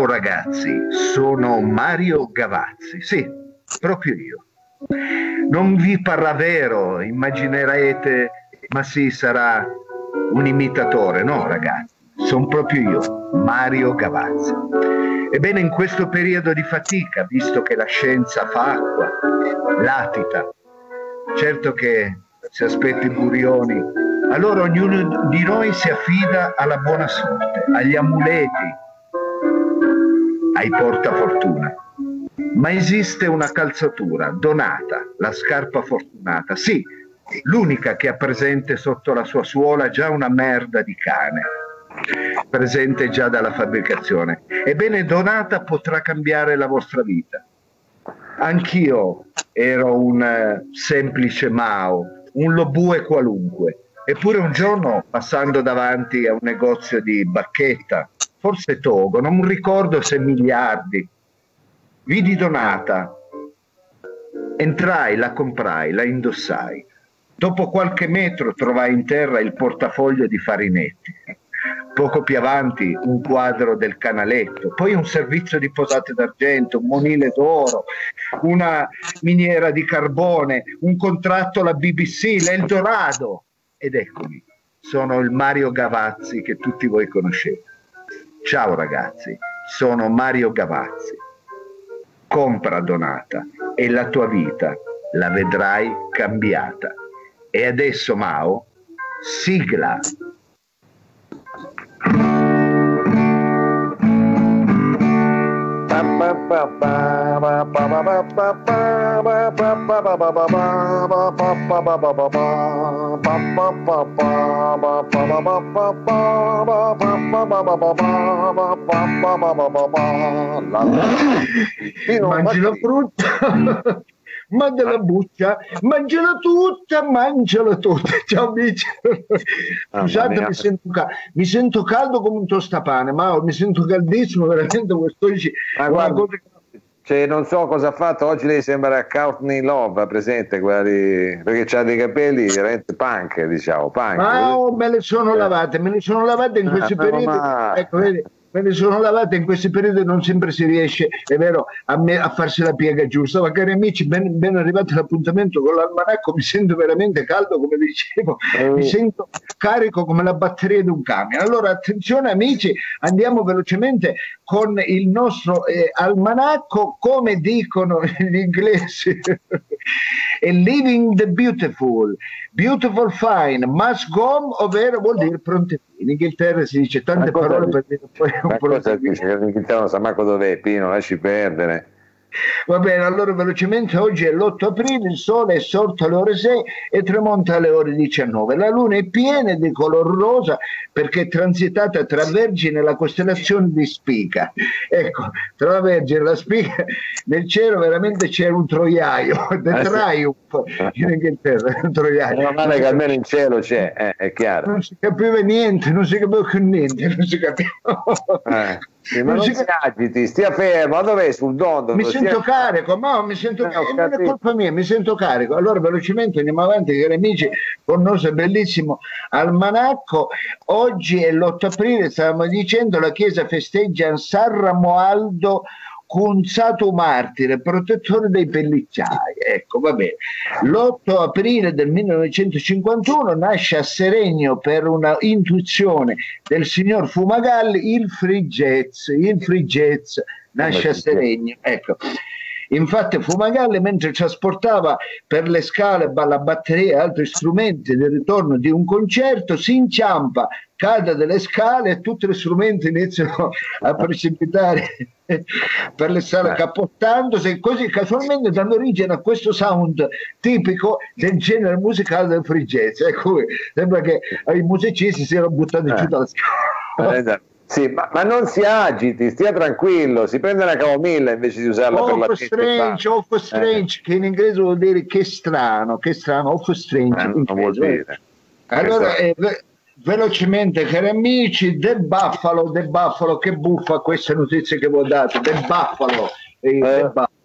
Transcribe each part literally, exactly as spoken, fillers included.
Ciao ragazzi, sono Mario Gavazzi, sì, proprio io. Non vi parla vero, immaginerete, ma sì, sarà un imitatore. No ragazzi, sono proprio io, Mario Gavazzi. Ebbene, in questo periodo di fatica, visto che la scienza fa acqua, latita, certo che se aspetti burioni, allora ognuno di noi si affida alla buona sorte, agli amuleti, ai portafortuna. Ma esiste una calzatura, Donata, la scarpa fortunata, sì, l'unica che ha presente sotto la sua suola già una merda di cane, presente già dalla fabbricazione. Ebbene, Donata potrà cambiare la vostra vita. Anch'io ero un eh, semplice Mao, un lobue qualunque, eppure un giorno, passando davanti a un negozio di bacchetta, forse Togo, non ricordo se miliardi, vidi Donata, entrai, la comprai, la indossai. Dopo qualche metro trovai in terra il portafoglio di Farinetti. Poco più avanti un quadro del Canaletto, poi un servizio di posate d'argento, un monile d'oro, una miniera di carbone, un contratto alla B B C, l'Eldorado. Ed eccomi, sono il Mario Gavazzi che tutti voi conoscete. Ciao ragazzi, sono Mario Gavazzi. Compra Donata e la tua vita la vedrai cambiata. E adesso Mao, sigla. Mangi la frutta, mangia la buccia, mangiala tutta, mangiala tutta. Ciao amici. Scusate, mi sento, cal- mi sento caldo come un tostapane, ma mi sento caldissimo veramente quest'oggi. Ma guarda, cioè, non so cosa ha fatto oggi, lei sembra Courtney Love, presente quella di... perché ha dei capelli veramente punk, diciamo, punk. Ma oh, me le sono lavate, me le sono lavate in questi Ah, periodi. ma... Ecco, vedi, me ne sono lavate in questi periodi, non sempre si riesce, è vero, a, me, a farsi la piega giusta. Ma cari amici, ben, ben arrivati all'appuntamento con l'almanacco, mi sento veramente caldo, come dicevo, eh. mi sento carico come la batteria di un camion. Allora attenzione amici, andiamo velocemente con il nostro eh, almanacco, come dicono gli inglesi. E living the beautiful, beautiful fine, must go, ovvero vuol dire pronti. In Inghilterra si dice tante parole per dire poi un cosa dice? In Inghilterra non sa manco dov'è, Pino, lasci perdere. Va bene, allora velocemente, oggi è l'otto aprile, il sole è sorto alle ore sei e tramonta alle ore diciannove. La luna è piena di color rosa perché è transitata tra Vergine e la costellazione di Spica. Ecco, tra la Vergine e la Spica nel cielo veramente c'è un troiaio, The ah, Triumph in Inghilterra, un troiaio. Meno male che almeno in cielo c'è, eh, è chiaro. Non si capiva niente, non si capiva che niente, non si capiva. Eh. Sì, ma non, non si agiti, stia fermo, ma dov'è sul dondo? Mi sento stia... carico, ma mi sento eh, carico, non è colpa mia, mi sento carico. Allora velocemente andiamo avanti, cari amici, con il nostro bellissimo almanacco. Oggi è l'otto aprile, stavamo dicendo, la Chiesa festeggia San Romualdo Cunzato martire, protettore dei pellicciai. Ecco, va bene. L'otto aprile del millenovecentocinquantuno nasce a Seregno, per una intuizione del signor Fumagalli, il free jazz. Il free jazz nasce a Seregno. Ecco. Infatti Fumagalli, mentre trasportava per le scale la batteria e altri strumenti del ritorno di un concerto, si inciampa, cade delle scale e tutti gli strumenti iniziano a precipitare per le scale cappottandosi, così casualmente dando origine a questo sound tipico del genere musicale del free jazz. Ecco, sembra che i musicisti siano buttati eh. giù dalla scala. Sì, ma, ma non si agiti, stia tranquillo, si prende una camomilla invece di usarla per la Off strange, off strange, eh. che in inglese vuol dire che strano, che strano, off strange. Eh, non vuol dire. Allora, eh, ve- velocemente, cari amici, The Buffalo, The Buffalo, che buffa queste notizie che vi ho dato, The Buffalo, eh, eh. The Buffalo.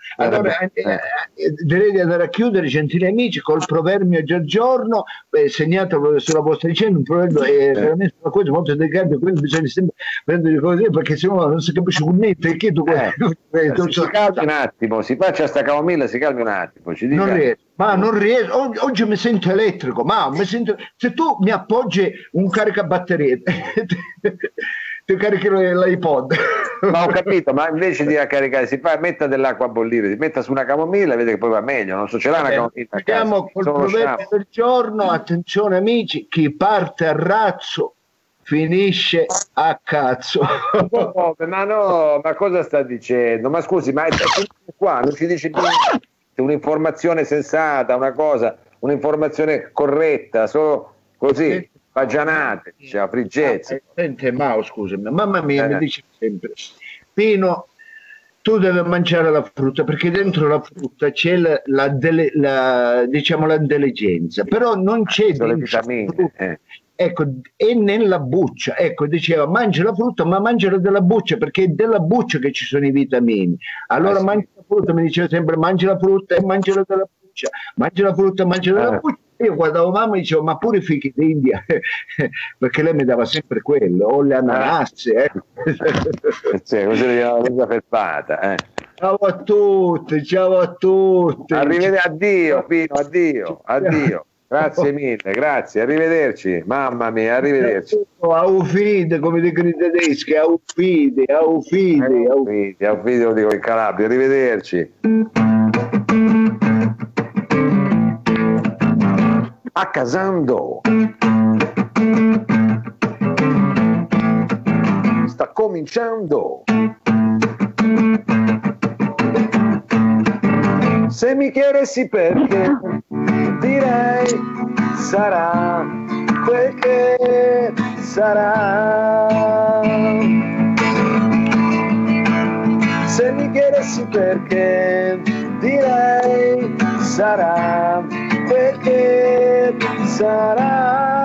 Allora eh, eh, direi di andare a chiudere, gentili amici, col proverbio del giorno, eh, segnato sulla vostra vicenda, un proverbio è veramente una cosa molto delicata, quindi bisogna sempre prendere cose perché sennò non si capisce un niente. Che tu, Eh, eh, si, si calmi un attimo, si faccia sta camomilla, si calmi un attimo, ci dica. Non riesco, ma non riesco, oggi, oggi mi sento elettrico, ma mi sento, se tu mi appoggi un caricabatterie ti carichi l'iPod. Ma ho capito, ma invece di caricare si fa, metta dell'acqua a bollire, si metta su una camomilla e vede che poi va meglio, non so, ce l'ha una camomilla a casa. Andiamo col Sono proverbio del giorno, attenzione amici, chi parte a razzo finisce a cazzo. Oh, ma no, ma cosa sta dicendo? Ma scusi, ma è qua, non ci dice niente, un'informazione sensata, una cosa, un'informazione corretta, solo così, pagianate, diciamo, friggezze. Sente, Mao, scusami, mamma mia, Eh. mi dice sempre, Pino, tu devi mangiare la frutta perché dentro la frutta c'è la, la dele- la, diciamo, l'intelligenza, però non c'è Sono le dentro la vitamine, frutta. eh. Ecco, è nella buccia, ecco, diceva mangia la frutta, ma mangiala della buccia perché è della buccia che ci sono i vitamini. Allora Ah, sì. mangia la frutta, mi diceva sempre mangia la frutta e mangiala della buccia, mangia la frutta, mangiala della Eh. buccia. Io guardavo mamma e dicevo, ma pure i fichi d'India, perché lei mi dava sempre quello, o le ananasse. Eh. Sì, così vediamo la cosa fermata. Eh. Ciao a tutti, ciao a tutti. Arrivederci, addio Pino, addio, addio. Grazie mille, grazie, arrivederci, mamma mia, arrivederci. Auf Wiedersehen, come dicono i tedeschi, auf Wiedersehen, auf Wiedersehen, auf Quindi, a un video lo dico in Calabria, arrivederci. A Casando sta cominciando. Se mi chiedessi perché, direi sarà quel che sarà. Se mi chiedessi perché, direi sarà quel che sarà.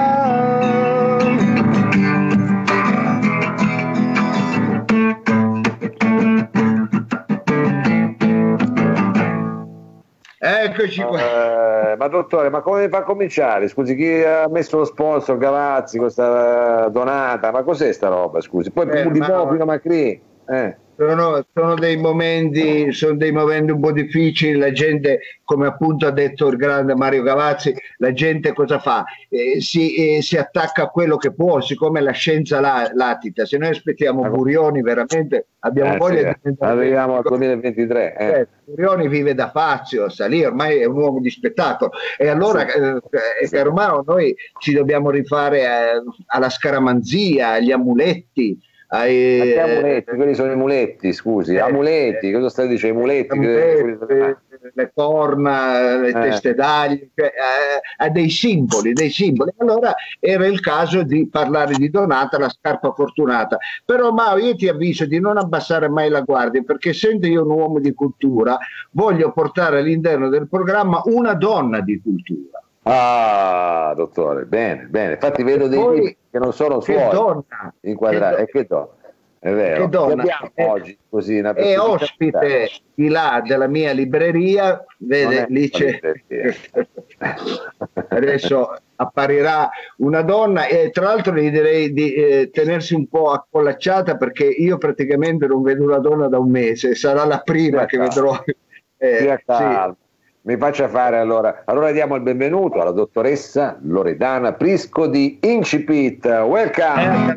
Eccoci qua. Eh, ma dottore, ma come fa a cominciare? Scusi, chi ha messo lo sponsor Gavazzi, questa donata? Ma cos'è sta roba? Scusi, poi Eh, di ma- nuovo Pino Macri. Eh. Sono, sono dei momenti, sono dei momenti un po' difficili, la gente, come appunto ha detto il grande Mario Gavazzi, la gente cosa fa? Eh, si, eh, si attacca a quello che può, siccome la scienza la, latita, se noi aspettiamo Burioni veramente abbiamo Eh, voglia sì, di eh. diventare- Arriviamo al duemilaventitré. Eh. Eh, Burioni vive da Fazio, sa lì ormai è un uomo di spettacolo e allora Sì. eh, eh, Sì. caro Mao, noi ci dobbiamo rifare eh, alla scaramanzia, agli amuletti, ai, Ma che amuletti? Quelli sono i muletti, scusi. Eh, Amuletti, cosa stai dicendo? I muletti? amuletti, che- le corna, le Eh. teste d'aglio, cioè, eh, ha dei simboli, dei simboli. Allora era il caso di parlare di Donata, la scarpa fortunata. Però Mao, io ti avviso di non abbassare mai la guardia, perché essendo io un uomo di cultura, voglio portare all'interno del programma una donna di cultura. Ah, dottore, bene, bene. Infatti vedo dei Poi- libri che non sono Che suoi donna! inquadrati. Che E che donna? È vero. Che donna. Che abbiamo Eh, oggi così una È personalità. ospite di là della mia libreria, Non vede è lì una c'è. libreria. Adesso apparirà una donna e tra l'altro gli direi di eh, tenersi un po' accollacciata perché io praticamente non vedo una donna da un mese, sarà la prima Stia che calmo. vedrò. Eh, Stia sì. calmo. Mi faccia fare allora. Allora diamo il benvenuto alla dottoressa Loredana Prisco di Incipit. Welcome.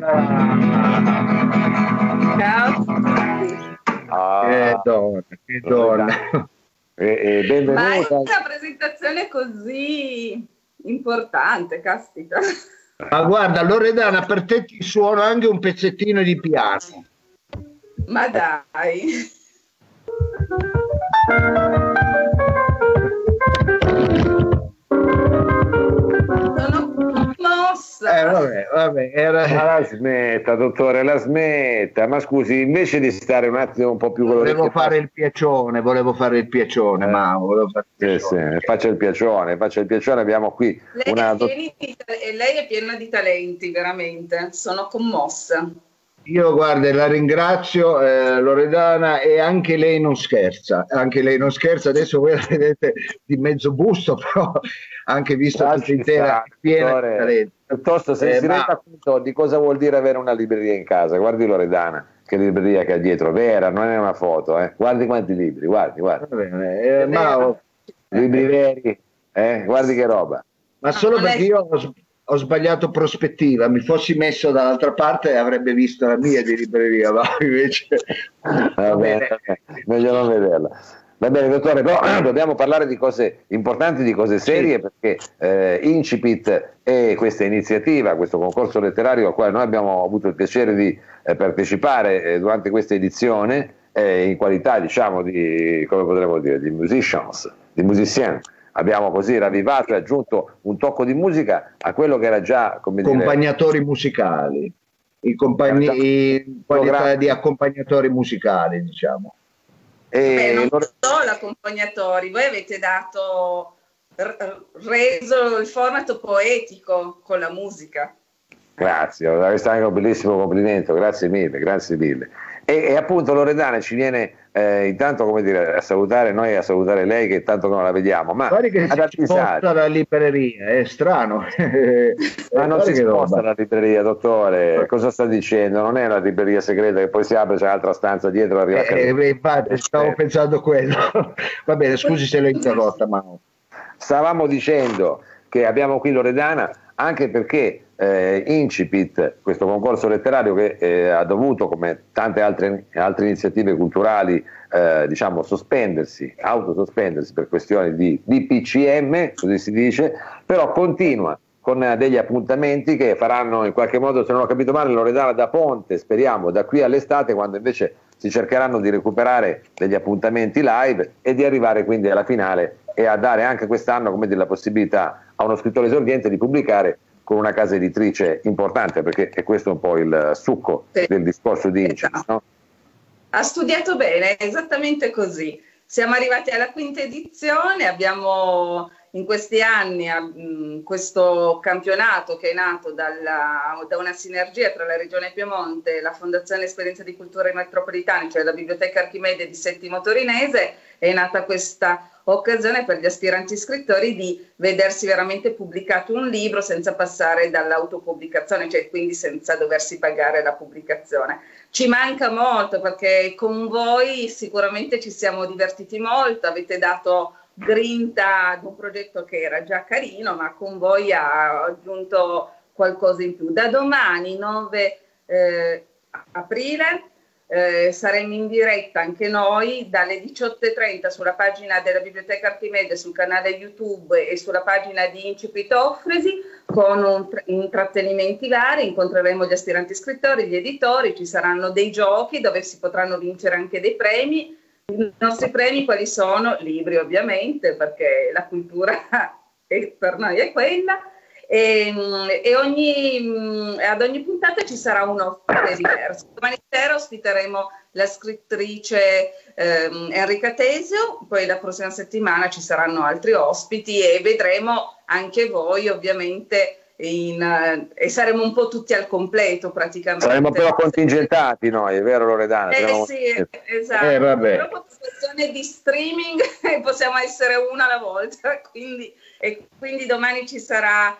Ciao. Ah, Che donna, che donna. e, e Ma è benvenuta. una presentazione così importante, caspita. Ma guarda, Loredana, per te ti suono anche un pezzettino di piano. Ma dai. Sono commossa. Eh, vabbè, vabbè, era... Ma la smetta, dottore, la smetta. Ma scusi, invece di stare un attimo un po' più con Volevo l'orecchio fare il piacione, volevo fare il piacione, Eh. ma volevo fare il Sì, piacione. sì, faccia il piacione, faccia il piacione. Abbiamo qui Lei, una è piena di ta- e lei è piena di talenti, veramente. Sono commossa. Io guarda, la ringrazio eh, Loredana, e anche lei non scherza, anche lei non scherza, adesso voi la vedete di mezzo busto, però anche visto tutta Lasci intera, stare, piena di dottore. talento. Piuttosto se Eh, si ma- renda conto di cosa vuol dire avere una libreria in casa, guardi Loredana, che libreria che ha dietro, vera, non è una foto, eh. Guardi quanti libri, guardi, guardi, Va bene, eh, ma, vero. libri veri, eh. Guardi che roba. ma solo Non è- perché io ho, s- ho sbagliato prospettiva, mi fossi messo dall'altra parte avrebbe visto la mia di libreria, ma invece Va va bene, bene. meglio non vederla. Va bene, dottore, però dobbiamo parlare di cose importanti, di cose serie, perché eh, Incipit e questa iniziativa, questo concorso letterario al quale noi abbiamo avuto il piacere di eh, partecipare eh, durante questa edizione, eh, in qualità, diciamo, di, come potremmo dire, di musicians, di musiciens, abbiamo così ravvivato e aggiunto un tocco di musica a quello che era già, come dire, Compagnatori musicali, i compagni, in qualità di accompagnatori musicali, diciamo. Beh, e non Lore- solo accompagnatori, voi avete dato, r- reso il formato poetico con la musica. Grazie, questo è anche un bellissimo complimento, grazie mille, grazie mille. E, e appunto Loredana ci viene eh, intanto, come dire, a salutare noi, a salutare lei, che tanto non la vediamo, ma Guardi che ad si avvisare. sposta la libreria, è strano. Ma non Guardi si che sposta roba. la libreria, dottore, cosa sta dicendo? Non è una libreria segreta che poi si apre, c'è un'altra stanza dietro, arriva a casa. Eh, eh, infatti, stavo pensando quello. Va bene, scusi se l'ho interrotta, ma Stavamo dicendo che abbiamo qui Loredana anche perché eh, Incipit, questo concorso letterario che eh, ha dovuto, come tante altre, altre iniziative culturali, eh, diciamo sospendersi, autosospendersi per questioni di D P C M, così si dice, però continua con eh, degli appuntamenti che faranno in qualche modo, se non ho capito male, Loredana, da ponte, speriamo, da qui all'estate, quando invece si cercheranno di recuperare degli appuntamenti live e di arrivare quindi alla finale e a dare anche quest'anno, come dire, la possibilità a uno scrittore esordiente di pubblicare con una casa editrice importante, perché è questo un po' il succo Sì. del discorso di Incipit, Esatto. no? Ha studiato bene, è esattamente così. Siamo arrivati alla quinta edizione, abbiamo in questi anni mh, questo campionato che è nato dalla, da una sinergia tra la Regione Piemonte e la Fondazione Esperienza di Cultura Metropolitana, cioè la Biblioteca Archimede di Settimo Torinese. È nata questa occasione per gli aspiranti scrittori di vedersi veramente pubblicato un libro senza passare dall'autopubblicazione, cioè quindi senza doversi pagare la pubblicazione. Ci manca molto perché con voi sicuramente ci siamo divertiti molto, avete dato grinta ad un progetto che era già carino, ma con voi ha aggiunto qualcosa in più. Da domani, nove eh, aprile, eh, saremo in diretta anche noi dalle diciotto e trenta sulla pagina della Biblioteca Archimede, sul canale YouTube e sulla pagina di Incipit Offresi, con un tra- intrattenimenti vari. Incontreremo gli aspiranti scrittori, gli editori, ci saranno dei giochi dove si potranno vincere anche dei premi. I nostri premi quali sono? Libri, ovviamente, perché la cultura è, per noi è quella, e, e ogni, ad ogni puntata ci sarà un ospite diverso. Domani sera ospiteremo la scrittrice ehm, Enrica Tesio, poi la prossima settimana ci saranno altri ospiti e vedremo anche voi, ovviamente, in, uh, e saremo un po' tutti al completo praticamente. Saremo però contingentati noi, è vero Loredana? Eh Saremo... sì, esatto. Eh, vabbè. Però per questione di streaming possiamo essere una alla volta, quindi, e quindi domani ci sarà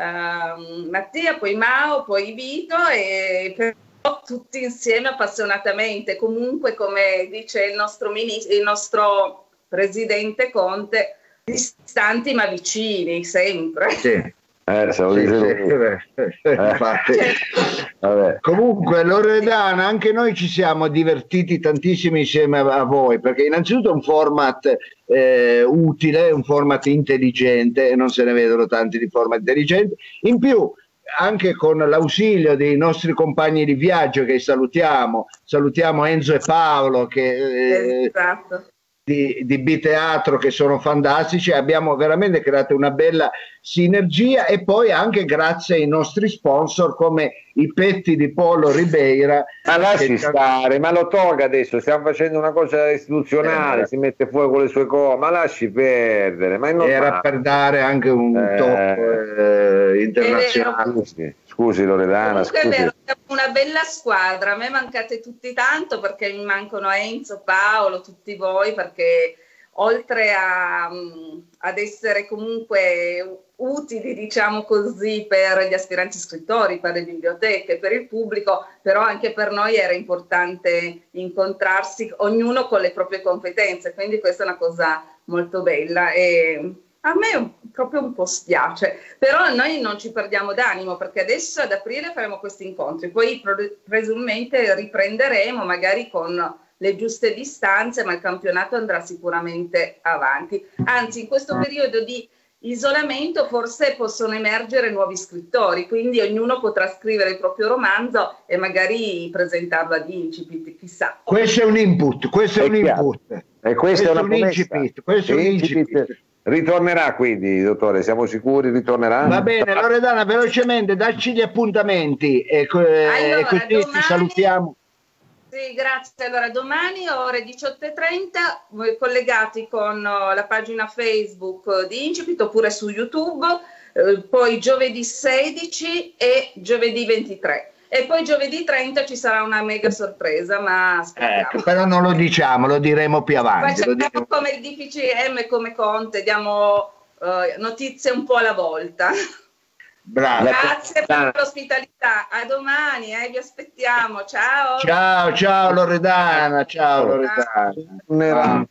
uh, Mattia, poi Mao, poi Vito, e però tutti insieme appassionatamente, comunque come dice il nostro, ministro, il nostro presidente Conte, distanti ma vicini sempre. sì. Eh, se lo Sì, dice sì, lui. eh, infatti. Vabbè. Comunque Loredana, anche noi ci siamo divertiti tantissimo insieme a, a voi, perché innanzitutto è un format eh, utile, un format intelligente, e non se ne vedono tanti di format intelligenti, in più anche con l'ausilio dei nostri compagni di viaggio che salutiamo, salutiamo Enzo e Paolo che... Eh, esatto. Di, di B-Teatro, che sono fantastici, abbiamo veramente creato una bella sinergia, e poi anche grazie ai nostri sponsor come i Petti di Polo Ribeira. Ma lasci che... stare, ma lo tolga adesso, stiamo facendo una cosa istituzionale, Eh, si mette fuori con le sue cose, ma lasci perdere, ma è normale. era per dare anche un Eh. tocco eh, internazionale. Scusi, scusi Loredana, Comunque è scusi. vero, siamo una una bella squadra, a me mancate tutti tanto perché mi mancano Enzo, Paolo, tutti voi, perché oltre a, ad essere comunque utili, diciamo così, per gli aspiranti scrittori, per le biblioteche, per il pubblico, però anche per noi era importante incontrarsi, ognuno con le proprie competenze, quindi questa è una cosa molto bella e a me proprio un po' spiace, però noi non ci perdiamo d'animo perché adesso ad aprile faremo questi incontri, poi presumibilmente riprenderemo magari con le giuste distanze, ma il campionato andrà sicuramente avanti. Anzi, in questo periodo di isolamento forse possono emergere nuovi scrittori, quindi ognuno potrà scrivere il proprio romanzo e magari presentarlo ad Incipit, chissà. Questo è un input, questo è, è un chiaro. input. E questo, questo è una un incipit, questo è un incipit. Ritornerà quindi, dottore, siamo sicuri? Ritornerà? Va bene, Loredana, velocemente, dacci gli appuntamenti e, allora, e così domani... ci salutiamo. Sì, grazie. Allora, domani ore diciotto e trenta, collegati con la pagina Facebook di Incipit oppure su YouTube, eh, poi giovedì sedici e giovedì ventitré. E poi giovedì trenta ci sarà una mega sorpresa, ma aspettiamo. Ecco, però non lo diciamo, lo diremo più avanti. Facciamo diremo... come il D P C M, come Conte, diamo uh, notizie un po' alla volta. Bravo. Grazie per l'ospitalità, a domani, eh, vi aspettiamo, ciao. Ciao, ciao Loredana, ciao Loredana. Tornerà.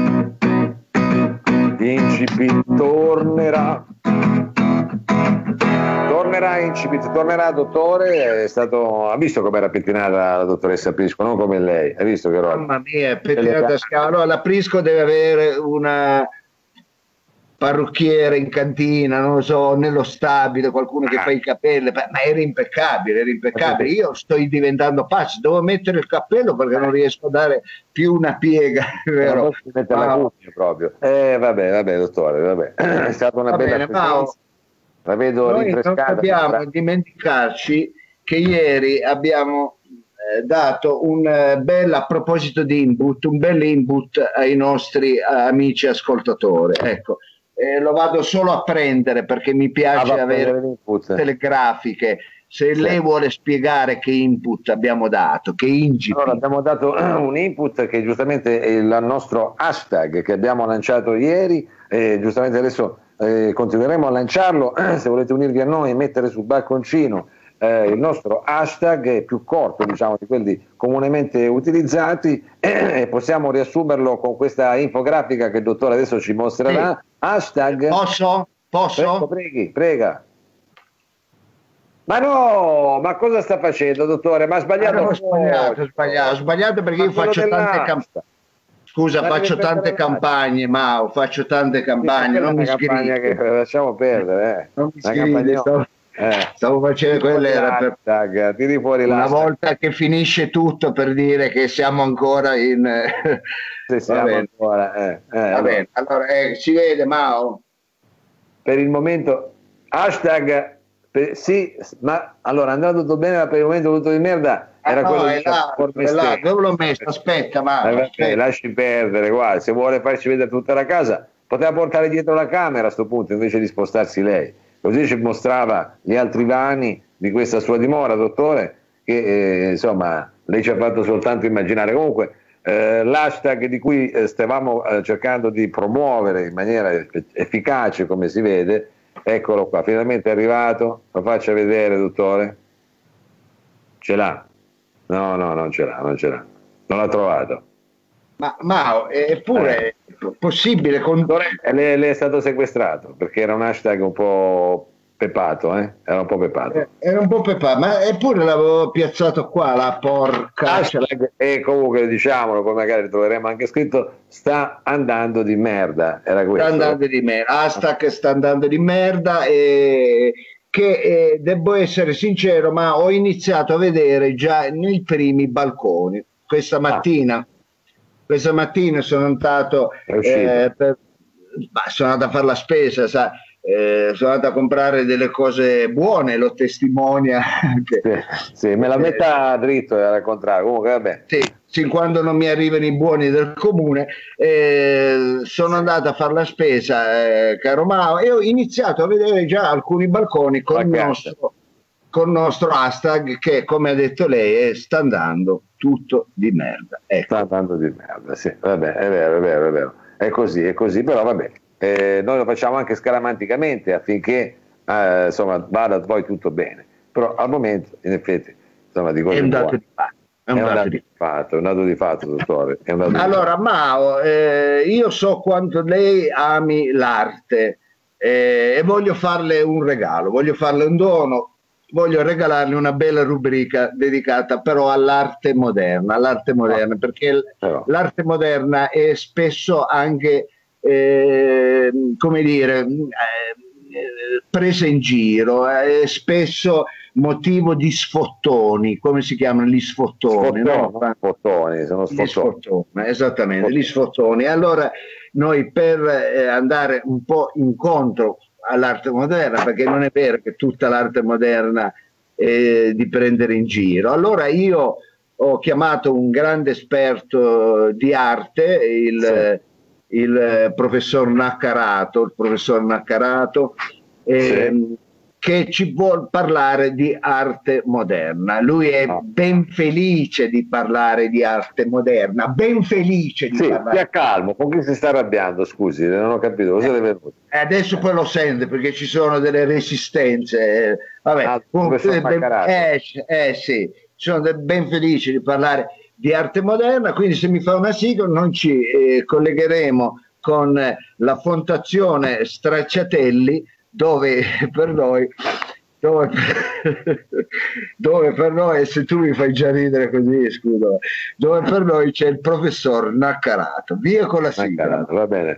Incipit tornerà. Tornerà Incipit, tornerà dottore, è stato, ha visto come era pettinata la dottoressa Prisco, non come lei, ha visto che roba? Mamma mia, pettinata scala. Allora, la Prisco deve avere una parrucchiere in cantina, non lo so, nello stabile, qualcuno che fa i capelli, ma era impeccabile, era impeccabile. Io sto diventando pazzo, devo mettere il cappello perché non riesco a dare più una piega, vero? Non la cuffia proprio. Eh, vabbè, vabbè, dottore, vabbè. È stata una Va bella bene, presenza. La vedo Noi rinfrescata. Non dobbiamo dimenticarci che ieri abbiamo eh, dato un eh, bel, a proposito di input, un bel input ai nostri eh, amici ascoltatori. Ecco, eh, lo vado solo a prendere perché mi piace ah, avere delle grafiche. Se sì. lei vuole spiegare che input abbiamo dato, che incipit. Allora, abbiamo dato un input che giustamente è il nostro hashtag che abbiamo lanciato ieri, e giustamente adesso eh, continueremo a lanciarlo. Se volete unirvi a noi e mettere sul balconcino eh, il nostro hashtag, è più corto diciamo di quelli comunemente utilizzati, eh, e possiamo riassumerlo con questa infografica che il dottore adesso ci mostrerà. Sì. Hashtag. Posso? Posso? Prego, preghi, prega. Ma no, ma cosa sta facendo, dottore? Ma ha sbagliato. Ah, no, ho sbagliato, ho sbagliato, ho sbagliato perché ma io faccio tante campagne. Scusa, ma faccio tante campagne, Mao, faccio tante campagne, sì, non mi scrivi. Che lasciamo perdere, eh. Non mi scrivi, stavo, eh. stavo facendo quella era per tag, tiri fuori una volta che finisce tutto per dire che siamo ancora in sì, siamo va ancora, eh. Eh, va allora. Bene, allora eh, si vede, Mao. Per il momento hashtag Per, sì, ma allora andrà tutto bene, ma per il momento tutto di merda era ah, quello no, di là, è là, dove l'ho messo? Aspetta, ma eh, aspetta. Lasci perdere, guarda, se vuole farci vedere tutta la casa poteva portare dietro la camera a sto punto invece di spostarsi lei, così ci mostrava gli altri vani di questa sua dimora, dottore, che eh, insomma lei ci ha fatto soltanto immaginare. Comunque eh, l'hashtag di cui eh, stavamo eh, cercando di promuovere in maniera efficace, come si vede, eccolo qua, finalmente è arrivato, lo faccia vedere, dottore. Ce l'ha? No, no, non ce l'ha, non ce l'ha, non l'ha trovato. Ma, ma eppure eh. è possibile con... le, le è stato sequestrato perché era un hashtag un po' pepato, eh? Era un po' pepato. Eh, era un po' pepato, ma eppure l'avevo piazzato qua, la porca. Hashtag, e comunque diciamolo, poi magari troveremo anche scritto sta andando di merda. Era questo. Sta andando di merda. Hashtag sta andando di merda e che eh, devo essere sincero, ma ho iniziato a vedere già nei primi balconi questa mattina. Ah. Questa mattina sono andato, eh, per, bah, sono andato a fare la spesa, sa, eh, sono andato a comprare delle cose buone, lo testimonia. Che, sì, sì, me la metta eh, dritto e al contrario, comunque vabbè. Sì, sì, quando non mi arrivano i buoni del comune, eh, sono andato a fare la spesa, eh, caro Mao, e ho iniziato a vedere già alcuni balconi con il nostro, col nostro hashtag che, come ha detto lei, è sta andando tutto di merda. Ecco. Sta andando di merda, sì, vabbè, è vero, è vero, è vero. È così, è così, però vabbè. Eh, noi lo facciamo anche scaramanticamente affinché eh, insomma vada poi tutto bene. Però al momento, in effetti, insomma, di cose È un dato buone. di fatto. È un, è un dato, dato di fatto, è un dato di fatto, dottore. È un dato allora, di fatto. Mao, eh, io so quanto lei ami l'arte eh, e voglio farle un regalo, voglio farle un dono, voglio regalarle una bella rubrica dedicata però all'arte moderna, all'arte moderna, perché però. l'arte moderna è spesso anche, eh, come dire, eh, presa in giro, è spesso motivo di sfottoni, come si chiamano gli sfottoni? Sfottoni, no? sfottoni, sono Gli sfottoni. sfottoni, esattamente, gli sfottoni. Allora noi per eh, andare un po' incontro all'arte moderna, perché non è vero che tutta l'arte moderna è di prendere in giro, allora io ho chiamato un grande esperto di arte, il, sì. il professor Naccarato, il professor Naccarato, eh, sì. che ci vuol parlare di arte moderna. Lui è no. ben felice di parlare di arte moderna, ben felice di sì, parlare. Stia calmo, con chi si sta arrabbiando, scusi, non ho capito, cosa eh, deve... Adesso poi lo sente perché ci sono delle resistenze. Vabbè, ah, comunque, ben, eh, eh sì, sono ben felice di parlare di arte moderna, quindi se mi fa una sigla noi ci eh, collegheremo con eh, la Fondazione Stracciatelli, dove per noi dove per, dove per noi, se tu mi fai già ridere così, scusa, dove per noi c'è il professor Naccarato. Via con la sigla. Naccarato, va bene.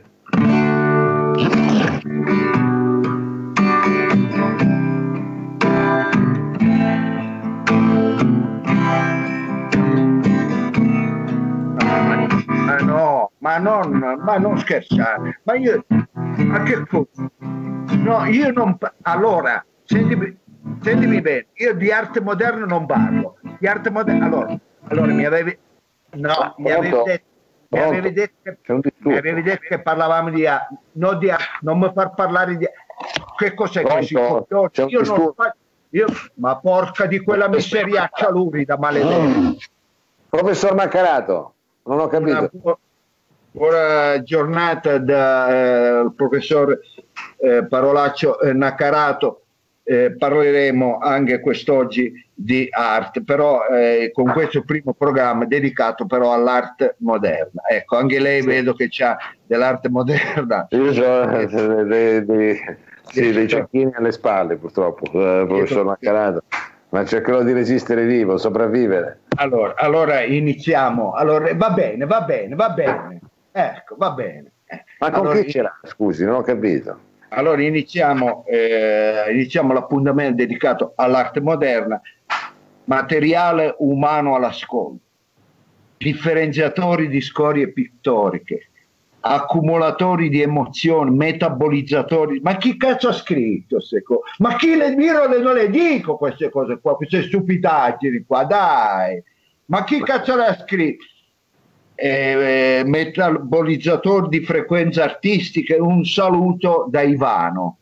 Ma no, ma non, ma non scherzare, ma io, ma che cosa? No, io non, allora, sentimi, sentimi bene, io di arte moderna non parlo, di arte moderna, allora, allora mi avevi, no, mi avevi detto, mi avevi detto, che, mi avevi detto che parlavamo di arte, no, di arte, non mi far parlare di che cos'è questi coglioni? Io non faccio, io, ma porca di quella miseriaccia lurida, maledetta. Professor Naccarato, non ho capito. Una, buona giornata dal eh, professor eh, Parolaccio eh, Naccarato. Eh, parleremo anche quest'oggi di arte, però eh, con questo primo programma dedicato però all'arte moderna. Ecco, anche lei sì. Vedo che c'ha dell'arte moderna. Io ho dei, dei, dei, sì, dei cecchini alle spalle, purtroppo, eh, professor Naccarato. Ma cercherò di resistere vivo, sopravvivere. Allora, allora iniziamo. Allora, va bene, va bene, va bene. Ecco, va bene. Ma con allora, chi c'era? Scusi, non ho capito. Allora iniziamo, eh, iniziamo l'appuntamento dedicato all'arte moderna, materiale umano all'ascolto, differenziatori di scorie pittoriche, accumulatori di emozioni, metabolizzatori. Ma chi cazzo ha scritto queste cose? Ma chi le dirò? Non le dico queste cose qua, queste stupidaggini qua, dai. Ma chi cazzo le ha scritto? Eh, eh, metabolizzatori di frequenze artistiche. Un saluto da Ivano.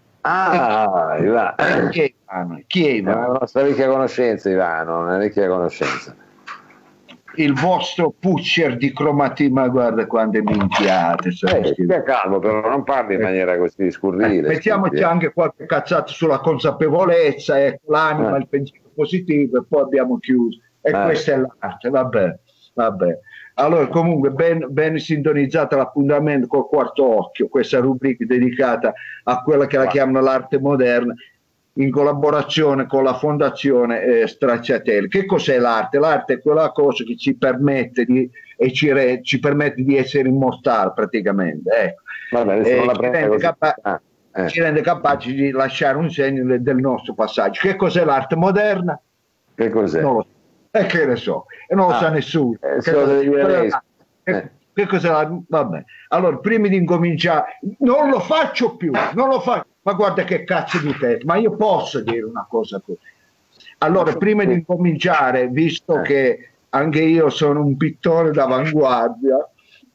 Ah, eh, Ivano. Chi è Ivano? Chi è Ivano? È una nostra vecchia conoscenza, Ivano, una vecchia conoscenza. Il vostro pusher di cromatina, ma guarda quante minchiate. Eh, stia calmo, però non parli in maniera così scurrile. Eh, mettiamoci scusi. Anche qualche cazzata sulla consapevolezza, eh, l'anima, eh. il pensiero positivo, e poi abbiamo chiuso. E eh. questa è l'arte, vabbè, vabbè. Allora, comunque, ben, ben sintonizzata l'appuntamento col quarto occhio, questa rubrica dedicata a quella che la chiamano l'arte moderna, in collaborazione con la Fondazione eh, Stracciatelli. Che cos'è l'arte? L'arte è quella cosa che ci permette di, e ci, re, ci permette di essere immortali praticamente. Ecco. Vabbè, eh, ci, rende capa- ah, eh. ci rende capaci di lasciare un segno del nostro passaggio. Che cos'è l'arte moderna? Che cos'è? Non lo so. E che ne so, e non lo ah, sa nessuno. Eh, che, cosa, che, che cos'è la... Vabbè. Allora, prima di incominciare, non lo faccio più, non lo faccio. Ma guarda che cazzo di te, ma io posso dire una cosa così. Allora, prima di incominciare, visto che anche io sono un pittore d'avanguardia,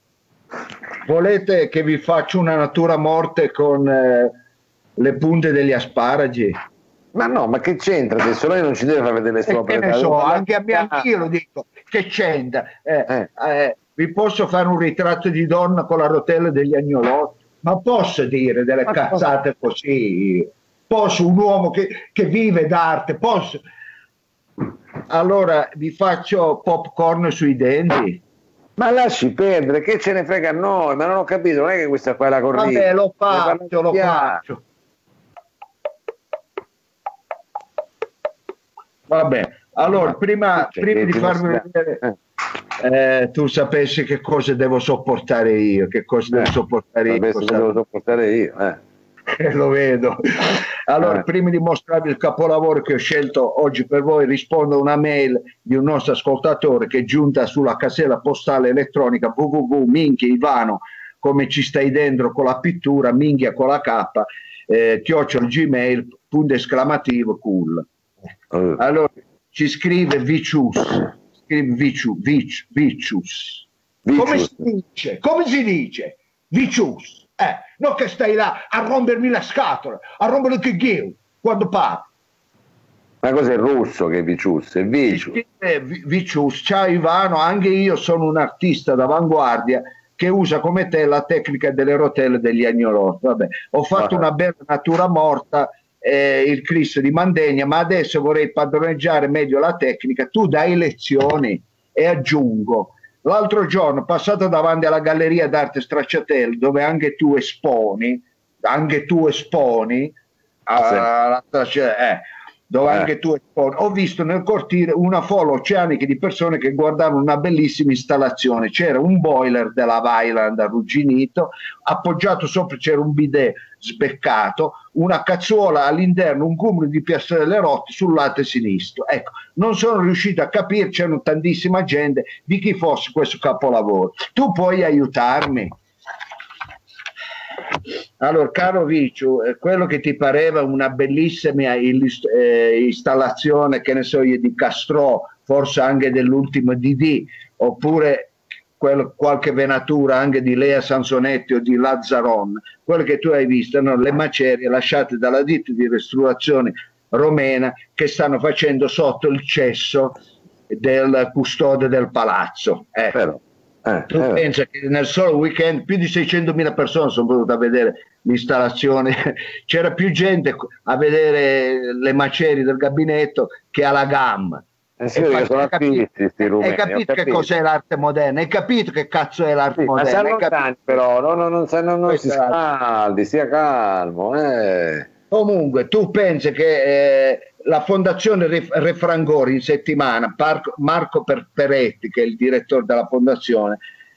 volete che vi faccia una natura morte con eh, le punte degli asparagi? Ma no, ma che c'entra adesso? Lei non ci deve far vedere le sue opere. Che ne so, anche a me anch'io lo dico, che c'entra? Eh, Eh. eh, vi posso fare un ritratto di donna con la rotella degli agnolotti? Ma posso dire delle Ma cazzate così? Posso, un uomo che, che vive d'arte, posso? Allora vi faccio popcorn sui denti? Ma lasci perdere, che ce ne frega a noi? Ma non ho capito, non è che questa qua è la corrida. Vabbè, lo faccio, lo faccio. Vabbè, allora, prima, Cioè, prima che di ti farvi mostra- vedere, eh. eh, tu sapessi che cosa devo sopportare io, che cosa devo Eh, sopportare io. Adesso cosa- devo sopportare io. Eh. Eh, lo vedo. Allora, Eh. prima di mostrarvi il capolavoro che ho scelto oggi per voi, rispondo a una mail di un nostro ascoltatore che è giunta sulla casella postale elettronica www minchia Ivano, come ci stai dentro con la pittura, minchia con la K, eh, chiocciol gmail, punto esclamativo, cool. Eh. Allora, ci scrive Vicius, scrive Viciu, Vic, Vicius. Come Vicius. si dice? Come si dice? Vicius. Eh, non che stai là a rompermi la scatola, a rompere il chighio quando parli. Ma cos'è il russo che è Vicius? È Vicius. Eh, Vi- Vicius, ciao Ivano, anche io sono un artista d'avanguardia che usa come te la tecnica delle rotelle degli agnolotti. Vabbè, ho fatto Ah. una bella natura morta, eh, il Cristo di Mandegna, ma adesso vorrei padroneggiare meglio la tecnica. Tu dai lezioni e aggiungo. L'altro giorno, passato davanti alla Galleria d'Arte Stracciatelli, dove anche tu esponi, anche tu esponi, alla Straccia- eh, dove Eh. anche tu esponi, ho visto nel cortile una folla oceanica di persone che guardavano una bellissima installazione. C'era un boiler della Vailand arrugginito, appoggiato sopra c'era un bidet sbeccato, una cazzuola all'interno, un cumulo di piastrelle rotte sul lato sinistro. Ecco, non sono riuscito a capire, c'era tantissima gente, di chi fosse questo capolavoro. Tu puoi aiutarmi? Allora, caro Viciu, eh, quello che ti pareva una bellissima illust- eh, installazione, che ne so io, di Castrò, forse anche dell'ultimo D D, oppure quello- qualche venatura anche di Lea Sansonetti o di Lazzaron, quello che tu hai visto, no? Le macerie lasciate dalla ditta di ristrutturazione romena che stanno facendo sotto il cesso del custode del palazzo. Ecco. Però, eh, Tu eh, pensa che nel solo weekend più di seicentomila persone sono venute a vedere l'installazione, c'era più gente a vedere le macerie del gabinetto che alla gamma. eh sì, E perché fa- sono hai capito- artisti sti rumeni, hai capito ho che capito. cos'è l'arte moderna? Hai capito che cazzo è l'arte Sì, ma moderna? sia Hai capito? lontani però, no, no, non, sa- no, non si Questa è la- scaldi, stia calmo. Eh. Comunque, tu pensi che eh, la Fondazione Re, Re Frangori in settimana, Parco- Marco Per- Peretti, che è il direttore della fondazione,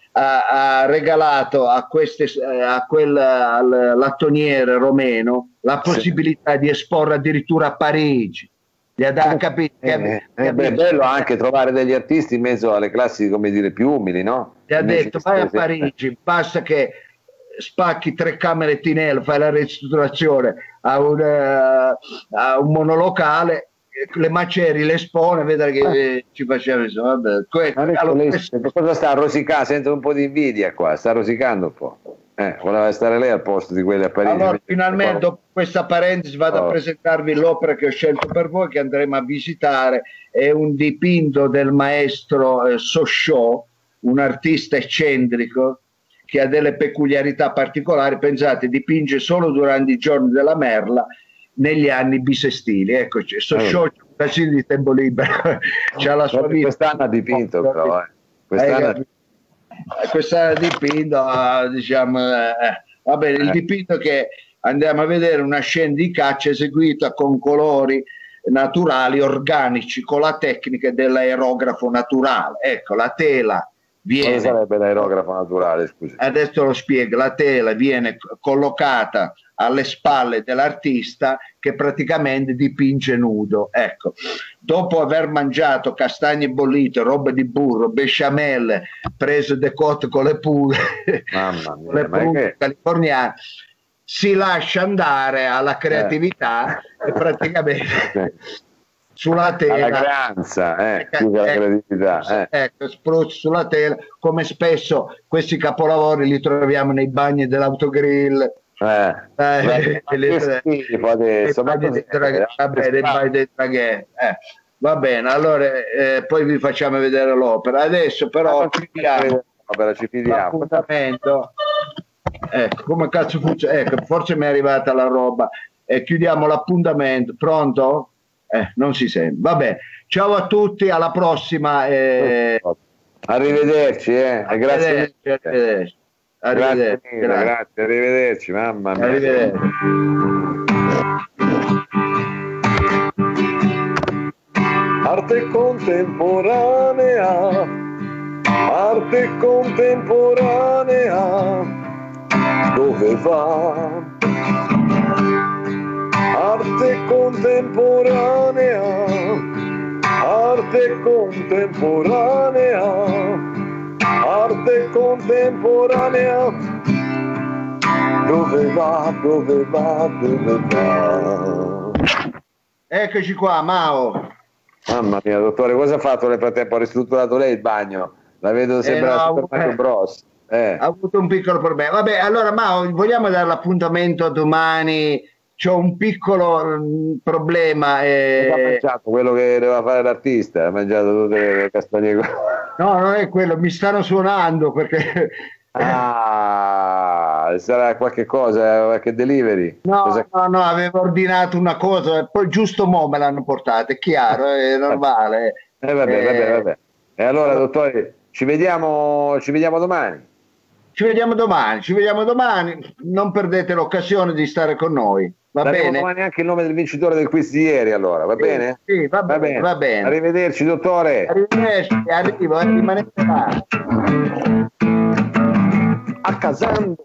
ha, ha regalato a, queste, eh, a quel al lattoniere romeno la Sì. possibilità di esporre addirittura a Parigi. Gli ha dato, capito? Eh, eh, eh, beh, è bello anche trovare degli artisti in mezzo alle classi, come dire, più umili, no? Gli ha Invece detto di vai a stare sempre- Parigi, basta che spacchi tre camere Tinello, fai la ristrutturazione a un, eh, a un monolocale, le macerie le espone, vedere che eh, ci faceva insomma, vabbè. Que- Ma adesso allora, lei- questo- cosa sta a rosicare? Sento un po' di invidia qua, sta rosicando un po'. Eh, voleva stare lei al posto di quelli a Parigi. allora, invece- finalmente dopo questa parentesi vado Oh. a presentarvi l'opera che ho scelto per voi, che andremo a visitare. È un dipinto del maestro eh, Sochaux, un artista eccentrico che ha delle peculiarità particolari. Pensate, dipinge solo durante i giorni della merla negli anni bisestili. Eccoci, Sochaux c'è un casino di tempo libero, c'ha la sua vita. Quest'anno ha dipinto però, eh. Quest'anno Eh, quest'anno dipinto, ah, diciamo, eh, va bene, il Eh. dipinto che andiamo a vedere una scena di caccia eseguita con colori naturali, organici, con la tecnica dell'aerografo naturale. Ecco, la tela cosa viene, sarebbe l'aerografo naturale, scusi? adesso lo spiego, la tela viene collocata alle spalle dell'artista che praticamente dipinge nudo. Ecco, dopo aver mangiato castagne bollite, roba di burro, besciamelle, preso decotte con le pure, Mamma con le mia, ma è pure che... californiane, si lascia andare alla creatività e praticamente Sì. sulla tela alla creanza, eh, Ecco, più che alla ecco, creatività. Eh. ecco, spruzzi sulla tela, come spesso questi capolavori li troviamo nei bagni dell'autogrill, Eh, Eh, beh, le- che schifo adesso, ma le- cos'è? le- vabbè, le vai dei traghetti. Eh, va bene, allora eh, poi vi facciamo vedere l'opera. Adesso però chiudiamo Opera, ci fidiamo. l'appuntamento. Ecco, come cazzo funziona? Ecco, forse mi è arrivata la roba. E chiudiamo l'appuntamento. Pronto? Eh, non si sente. Va bene. Ciao a tutti, alla prossima. eh. Arrivederci, eh. e grazie Arrivederci, mille. arrivederci. Grazie Arrivederci. mille, Grazie. grazie, arrivederci, mamma mia. Arrivederci. Arte contemporanea, arte contemporanea, dove va? Arte contemporanea, arte contemporanea, arte contemporanea, dove va, dove va, dove va? Eccoci qua, Mao. Mamma mia, dottore, cosa ha fatto nel frattempo? Ha ristrutturato lei il bagno? La vedo, sembra Eh, no, Super Mario eh. Bros. Eh. Ha avuto un piccolo problema. Vabbè, allora Mao, vogliamo dare l'appuntamento domani? C'ho un piccolo mm, problema. Cosa ha eh. mangiato quello che doveva fare l'artista? Ha mangiato tutte le castagne. No, non è quello, mi stanno suonando perché... Ah, sarà qualche cosa, qualche delivery? No, Cosa- no, no, avevo ordinato una cosa e poi giusto mo me l'hanno portata, è chiaro, è normale. Eh, vabbè, Eh, vabbè, vabbè. E allora, dottore, ci vediamo, ci vediamo domani. Ci vediamo domani, ci vediamo domani, non perdete l'occasione di stare con noi, va Daremo bene? domani anche il nome del vincitore del quiz di ieri, allora, va Sì, bene? sì, va bene, va bene. Arrivederci, dottore. Arrivederci, arrivo, eh, rimanete là. A Casando.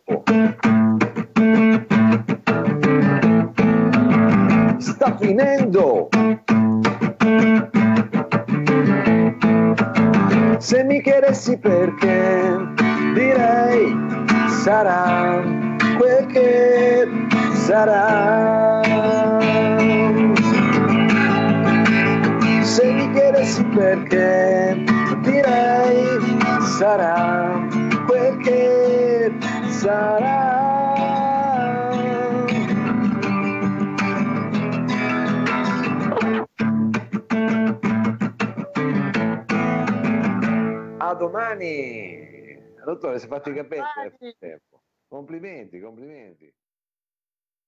Sta finendo. Se mi chiedessi perché, direi sarà quel che sarà. Se mi chiedessi perché, direi sarà quel che sarà. A domani. Dottore, si è fatto i capelli nel frattempo. Complimenti, complimenti.